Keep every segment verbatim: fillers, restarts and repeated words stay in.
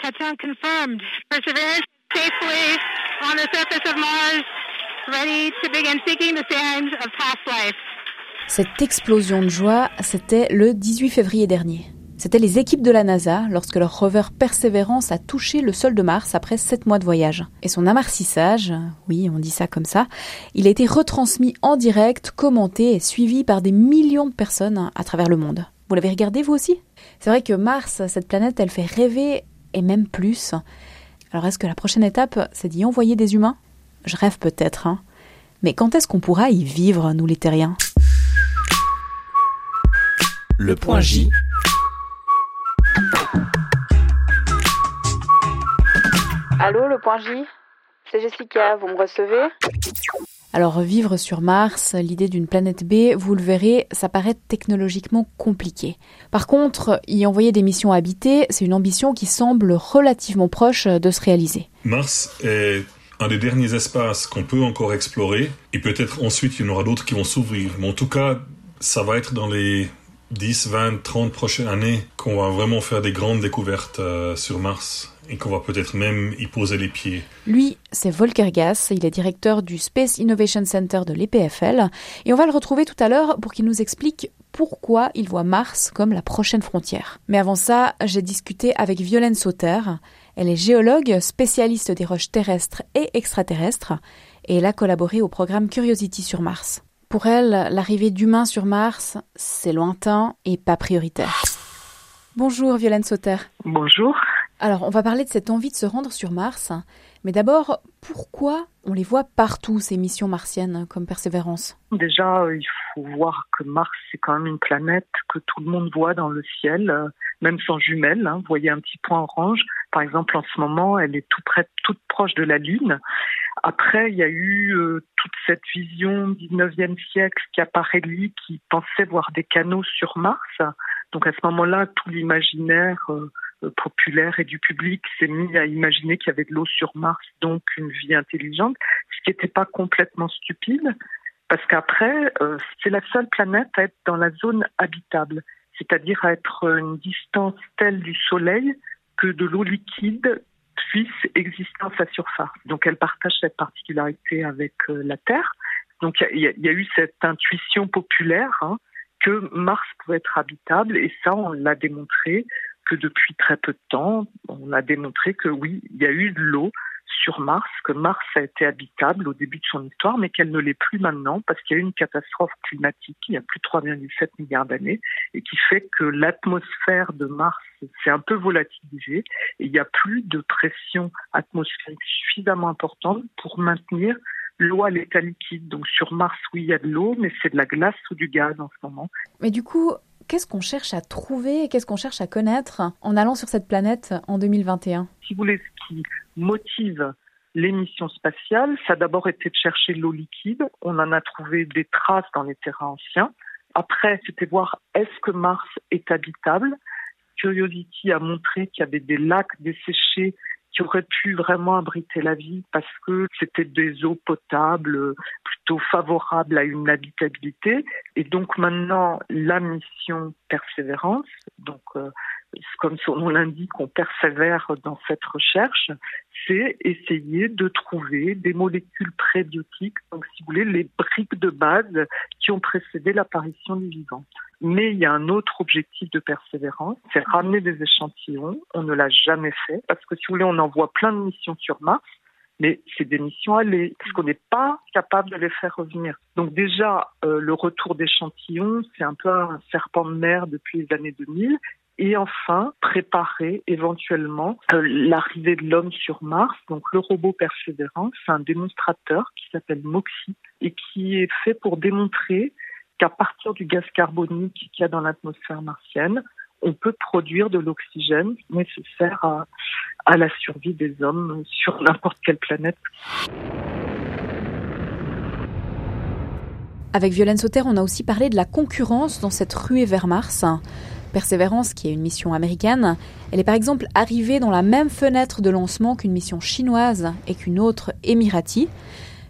Touchdown confirmed. Perseverance safely on the surface of Mars, ready to begin seeking the sands of past life. Cette explosion de joie, c'était le dix-huit février dernier. C'était les équipes de la NASA lorsque leur rover Perseverance a touché le sol de Mars après sept mois de voyage. Et son amarrissage, oui, on dit ça comme ça, il a été retransmis en direct, commenté et suivi par des millions de personnes à travers le monde. Vous l'avez regardé vous aussi ? C'est vrai que Mars, cette planète, elle fait rêver et même plus. Alors est-ce que la prochaine étape, c'est d'y envoyer des humains ? Je rêve peut-être, hein. Mais quand est-ce qu'on pourra y vivre, nous les terriens ? Le point J. Allô, le point J ? C'est Jessica, vous me recevez ? Alors, vivre sur Mars, l'idée d'une planète B, vous le verrez, ça paraît technologiquement compliqué. Par contre, y envoyer des missions habitées, c'est une ambition qui semble relativement proche de se réaliser. Mars est un des derniers espaces qu'on peut encore explorer, et peut-être ensuite il y en aura d'autres qui vont s'ouvrir. Mais en tout cas, ça va être dans les dix, vingt, trente prochaines années qu'on va vraiment faire des grandes découvertes euh, sur Mars et qu'on va peut-être même y poser les pieds. Lui, c'est Volker Gass, il est directeur du Space Innovation Center de l'E P F L et on va le retrouver tout à l'heure pour qu'il nous explique pourquoi il voit Mars comme la prochaine frontière. Mais avant ça, j'ai discuté avec Violaine Sauter. Elle est géologue, spécialiste des roches terrestres et extraterrestres et elle a collaboré au programme Curiosity sur Mars. Pour elle, l'arrivée d'humains sur Mars, c'est lointain et pas prioritaire. Bonjour Violaine Sauter. Bonjour. Alors, on va parler de cette envie de se rendre sur Mars. Mais d'abord, pourquoi on les voit partout, ces missions martiennes comme Persévérance ? Déjà, il faut voir que Mars, c'est quand même une planète que tout le monde voit dans le ciel, même sans jumelles. Hein. Vous voyez un petit point orange. Par exemple, en ce moment, elle est tout près, toute proche de la Lune. Après, il y a eu euh, toute cette vision dix-neuvième siècle qui apparaît de lui, qui pensait voir des canaux sur Mars. Donc à ce moment-là, tout l'imaginaire euh, populaire et du public s'est mis à imaginer qu'il y avait de l'eau sur Mars, donc une vie intelligente, ce qui n'était pas complètement stupide, parce qu'après, euh, c'est la seule planète à être dans la zone habitable, c'est-à-dire à être une distance telle du Soleil que de l'eau liquide puisse exister à sa surface. Donc elle partage cette particularité avec euh, la Terre. Donc il y, y, y a eu cette intuition populaire hein, que Mars pouvait être habitable, et ça on l'a démontré que depuis très peu de temps, on a démontré que oui, il y a eu de l'eau sur Mars, que Mars a été habitable au début de son histoire, mais qu'elle ne l'est plus maintenant parce qu'il y a eu une catastrophe climatique il y a plus de trois virgule sept milliards d'années et qui fait que l'atmosphère de Mars s'est un peu volatilisée et il n'y a plus de pression atmosphérique suffisamment importante pour maintenir l'eau à l'état liquide. Donc sur Mars, oui, il y a de l'eau, mais c'est de la glace ou du gaz en ce moment. Mais du coup, qu'est-ce qu'on cherche à trouver, qu'est-ce qu'on cherche à connaître en allant sur cette planète en deux mille vingt et un ? Si vous voulez, ce qui motive les missions spatiales, ça a d'abord été de chercher l'eau liquide. On en a trouvé des traces dans les terrains anciens. Après, c'était voir est-ce que Mars est habitable. Curiosity a montré qu'il y avait des lacs desséchés qui auraient pu vraiment abriter la vie parce que c'était des eaux potables plutôt favorables à une habitabilité. Et donc maintenant, la mission Persévérance, donc euh, comme son nom l'indique, on persévère dans cette recherche, c'est essayer de trouver des molécules prébiotiques, donc si vous voulez, les briques de base qui ont précédé l'apparition du vivant. Mais il y a un autre objectif de Persévérance, c'est ramener des échantillons. On ne l'a jamais fait parce que si vous voulez, on envoie plein de missions sur Mars, mais c'est des missions allées, parce qu'on n'est pas capable de les faire revenir. Donc déjà, euh, le retour d'échantillons, c'est un peu un serpent de mer depuis les années deux mille. Et enfin, préparer éventuellement euh, l'arrivée de l'homme sur Mars. Donc le robot Persévérance, c'est un démonstrateur qui s'appelle MOXIE et qui est fait pour démontrer qu'à partir du gaz carbonique qu'il y a dans l'atmosphère martienne, on peut produire de l'oxygène nécessaire à, à la survie des hommes sur n'importe quelle planète. Avec Violaine Sauter, on a aussi parlé de la concurrence dans cette ruée vers Mars. Persévérance, qui est une mission américaine, elle est par exemple arrivée dans la même fenêtre de lancement qu'une mission chinoise et qu'une autre émirati.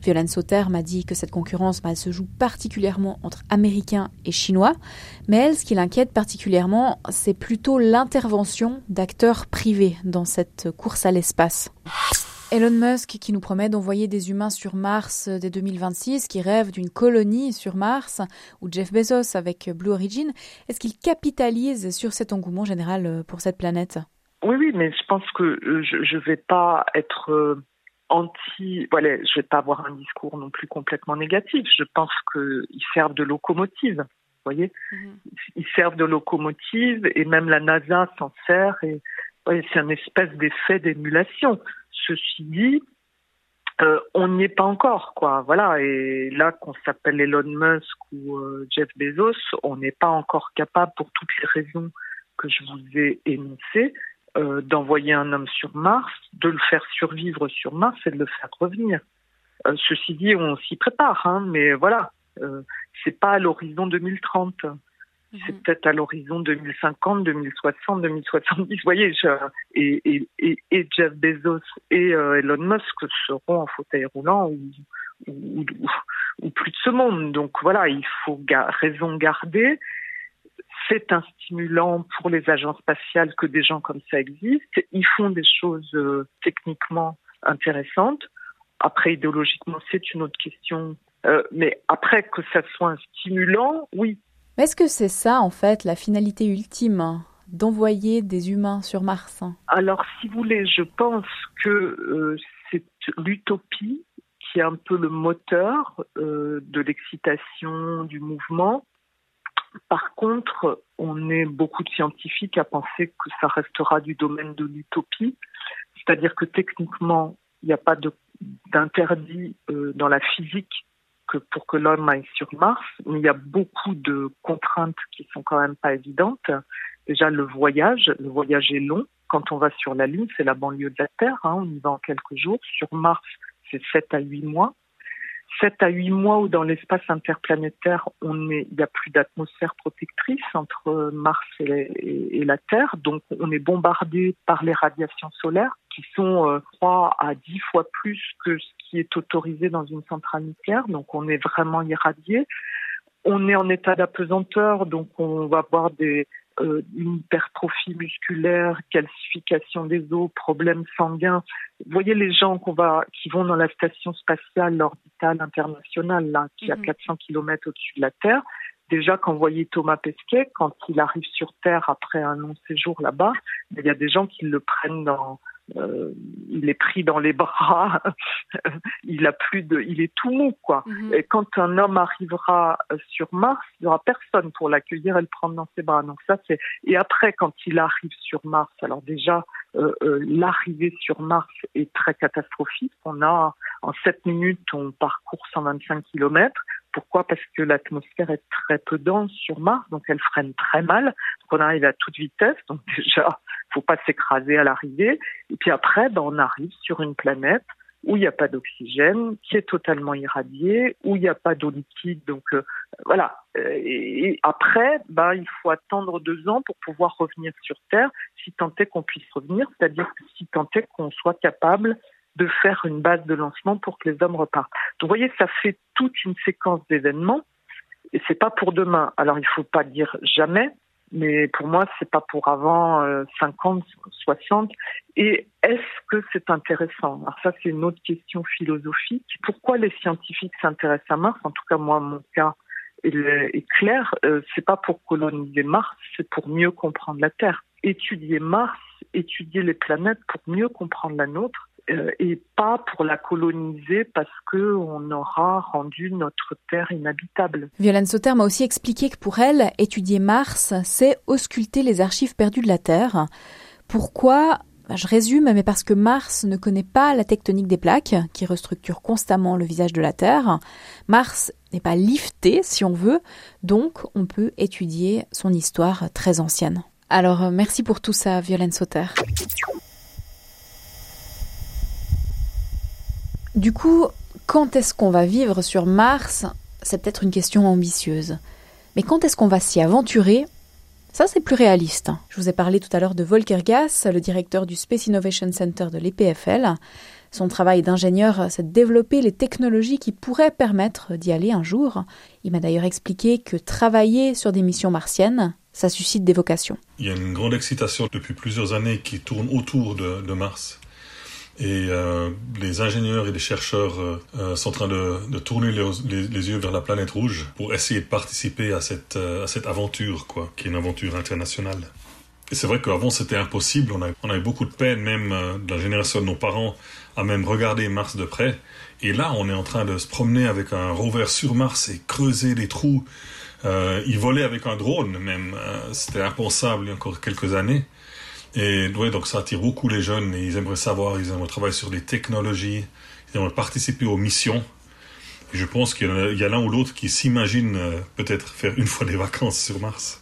Violaine Sauter m'a dit que cette concurrence bah, se joue particulièrement entre Américains et Chinois. Mais elle, ce qui l'inquiète particulièrement, c'est plutôt l'intervention d'acteurs privés dans cette course à l'espace. Elon Musk qui nous promet d'envoyer des humains sur Mars dès deux mille vingt-six, qui rêve d'une colonie sur Mars, ou Jeff Bezos avec Blue Origin, est-ce qu'il capitalise sur cet engouement général pour cette planète ? Oui, oui, mais je pense que je ne vais pas être euh, anti... Voilà, je vais pas avoir un discours non plus complètement négatif. Je pense qu'ils servent de locomotive, vous voyez. Mm-hmm. Ils servent de locomotive et même la NASA s'en sert. Et, ouais, c'est une espèce d'effet d'émulation. Ceci dit, euh, on n'y est pas encore, quoi. Voilà. Et là, qu'on s'appelle Elon Musk ou euh, Jeff Bezos, on n'est pas encore capable, pour toutes les raisons que je vous ai énoncées, euh, d'envoyer un homme sur Mars, de le faire survivre sur Mars et de le faire revenir. Euh, ceci dit, on s'y prépare, hein, mais voilà, euh, c'est pas à l'horizon deux mille trente. C'est peut-être à l'horizon deux mille cinquante, deux mille soixante, deux mille soixante-dix. Vous voyez, je, et, et, et, et Jeff Bezos et euh, Elon Musk seront en fauteuil roulant ou, ou, ou, ou plus de ce monde. Donc voilà, il faut ga- raison garder. C'est un stimulant pour les agences spatiales que des gens comme ça existent. Ils font des choses euh, techniquement intéressantes. Après, idéologiquement, c'est une autre question. Euh, mais après, que ça soit un stimulant, oui. Mais est-ce que c'est ça, en fait, la finalité ultime, d'envoyer des humains sur Mars ? Alors, si vous voulez, je pense que euh, c'est l'utopie qui est un peu le moteur euh, de l'excitation du mouvement. Par contre, on est beaucoup de scientifiques à penser que ça restera du domaine de l'utopie. C'est-à-dire que techniquement, il n'y a pas de, d'interdit euh, dans la physique que pour que l'homme aille sur Mars, mais il y a beaucoup de contraintes qui sont quand même pas évidentes. Déjà, le voyage, le voyage est long. Quand on va sur la Lune, c'est la banlieue de la Terre, hein, on y va en quelques jours. Sur Mars, c'est sept à huit mois. sept à huit mois où dans l'espace interplanétaire, on est, il n'y a plus d'atmosphère protectrice entre Mars et, et, et la Terre, donc on est bombardé par les radiations solaires qui sont euh, trois à dix fois plus que ce qui est autorisé dans une centrale nucléaire, donc on est vraiment irradié. On est en état d'apesanteur, donc on va avoir des euh, une hypertrophie musculaire, calcification des os, problèmes sanguins. Vous voyez les gens qu'on va, qui vont dans la station spatiale, l'orbitale internationale, là, qui est à quatre cents kilomètres au-dessus de la Terre. Déjà, quand vous voyez Thomas Pesquet, quand il arrive sur Terre après un long séjour là-bas, il y a des gens qui le prennent dans... Euh, il est pris dans les bras, il a plus de, il est tout mou, quoi. Mm-hmm. Et quand un homme arrivera sur Mars, il n'y aura personne pour l'accueillir et le prendre dans ses bras. Donc ça, c'est. Et après, quand il arrive sur Mars, alors déjà, euh, euh, l'arrivée sur Mars est très catastrophique. On a en sept minutes, on parcourt cent vingt-cinq kilomètres. Pourquoi ? Parce que l'atmosphère est très peu dense sur Mars, donc elle freine très mal. Donc on arrive à toute vitesse, donc déjà, faut pas s'écraser à l'arrivée. Et puis après, ben, on arrive sur une planète où il n'y a pas d'oxygène, qui est totalement irradiée, où il n'y a pas d'eau liquide. Donc euh, voilà. Et, et après, ben, il faut attendre deux ans pour pouvoir revenir sur Terre, si tant est qu'on puisse revenir, c'est-à-dire que si tant est qu'on soit capable de faire une base de lancement pour que les hommes repartent. Donc, vous voyez, ça fait toute une séquence d'événements, et c'est pas pour demain. Alors, il faut pas dire jamais, mais pour moi, c'est pas pour avant euh, cinquante, soixante. Et est-ce que c'est intéressant ? Alors ça, c'est une autre question philosophique. Pourquoi les scientifiques s'intéressent à Mars ? En tout cas, moi, mon cas est, est clair. Euh, c'est pas pour coloniser Mars, c'est pour mieux comprendre la Terre. Étudier Mars, étudier les planètes pour mieux comprendre la nôtre. Euh, et pas pour la coloniser parce qu'on aura rendu notre Terre inhabitable. Violaine Sauter m'a aussi expliqué que pour elle, étudier Mars, c'est ausculter les archives perdues de la Terre. Pourquoi ? Je résume, mais parce que Mars ne connaît pas la tectonique des plaques, qui restructure constamment le visage de la Terre. Mars n'est pas lifté, si on veut, donc on peut étudier son histoire très ancienne. Alors, merci pour tout ça, Violaine Sauter. Du coup, quand est-ce qu'on va vivre sur Mars ? C'est peut-être une question ambitieuse. Mais quand est-ce qu'on va s'y aventurer ? Ça, c'est plus réaliste. Je vous ai parlé tout à l'heure de Volker Gass, le directeur du Space Innovation Center de l'E P F L. Son travail d'ingénieur, c'est de développer les technologies qui pourraient permettre d'y aller un jour. Il m'a d'ailleurs expliqué que travailler sur des missions martiennes, ça suscite des vocations. Il y a une grande excitation depuis plusieurs années qui tourne autour de, de Mars. Et euh, les ingénieurs et les chercheurs euh, sont en train de, de tourner les, les, les yeux vers la planète rouge pour essayer de participer à cette, euh, à cette aventure, quoi, qui est une aventure internationale. Et c'est vrai qu'avant c'était impossible, on a, on a eu beaucoup de peine, même euh, de la génération de nos parents, à même regarder Mars de près. Et là, on est en train de se promener avec un rover sur Mars et creuser des trous. Euh, y voler avec un drone même, euh, c'était impensable il y a encore quelques années. Et ouais, donc ça attire beaucoup les jeunes et ils aimeraient savoir, ils aimeraient travailler sur des technologies, ils aimeraient participer aux missions. Et je pense qu'il y a, il y a l'un ou l'autre qui s'imagine euh, peut-être faire une fois des vacances sur Mars.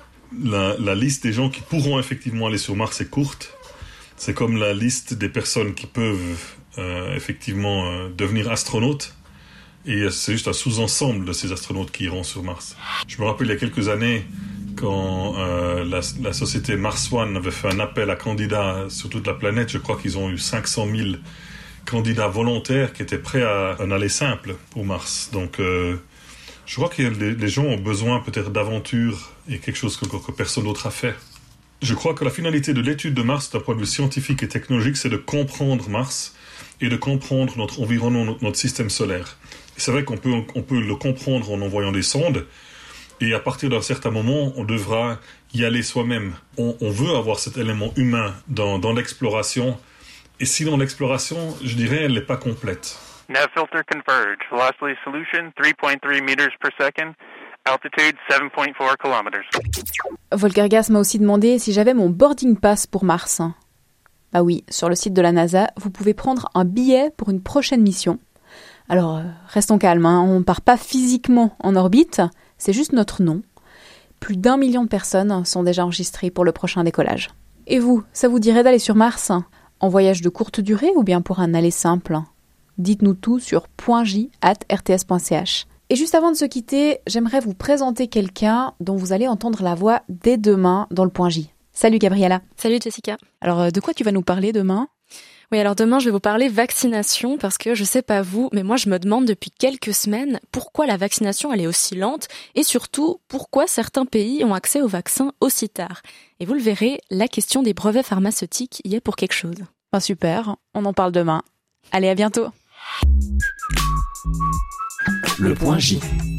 La, la liste des gens qui pourront effectivement aller sur Mars est courte. C'est comme la liste des personnes qui peuvent euh, effectivement euh, devenir astronautes. Et c'est juste un sous-ensemble de ces astronautes qui iront sur Mars. Je me rappelle il y a quelques années, quand euh, la, la société Mars One avait fait un appel à candidats sur toute la planète, je crois qu'ils ont eu cinq cent mille candidats volontaires qui étaient prêts à un aller simple pour Mars. Donc euh, je crois que les, les gens ont besoin peut-être d'aventure et quelque chose que, que personne d'autre a fait. Je crois que la finalité de l'étude de Mars d'un point de vue scientifique et technologique, c'est de comprendre Mars et de comprendre notre environnement, notre, notre système solaire. Et c'est vrai qu'on peut, on peut le comprendre en envoyant des sondes. Et à partir d'un certain moment, on devra y aller soi-même. On, on veut avoir cet élément humain dans, dans l'exploration. Et sinon, l'exploration, je dirais, elle n'est pas complète. Nav filter converge. Velocity solution three point three meters per second. Altitude seven point four kilometers. Volkergas m'a aussi demandé si j'avais mon boarding pass pour Mars. Bah oui, sur le site de la NASA, vous pouvez prendre un billet pour une prochaine mission. Alors, euh, restons calmes, hein, on ne part pas physiquement en orbite, c'est juste notre nom. Plus d'un million de personnes sont déjà enregistrées pour le prochain décollage. Et vous, ça vous dirait d'aller sur Mars ? En voyage de courte durée ou bien pour un aller simple ? Dites-nous tout sur point j arobase r t s point c h. Et juste avant de se quitter, j'aimerais vous présenter quelqu'un dont vous allez entendre la voix dès demain dans le Point J. Salut Gabriella. Salut Jessica. Alors, de quoi tu vas nous parler demain ? Oui, alors demain, je vais vous parler vaccination parce que je sais pas vous, mais moi, je me demande depuis quelques semaines pourquoi la vaccination, elle est aussi lente et surtout, pourquoi certains pays ont accès au vaccin aussi tard. Et vous le verrez, la question des brevets pharmaceutiques y est pour quelque chose. Ah, super, on en parle demain. Allez, à bientôt. Le Point J.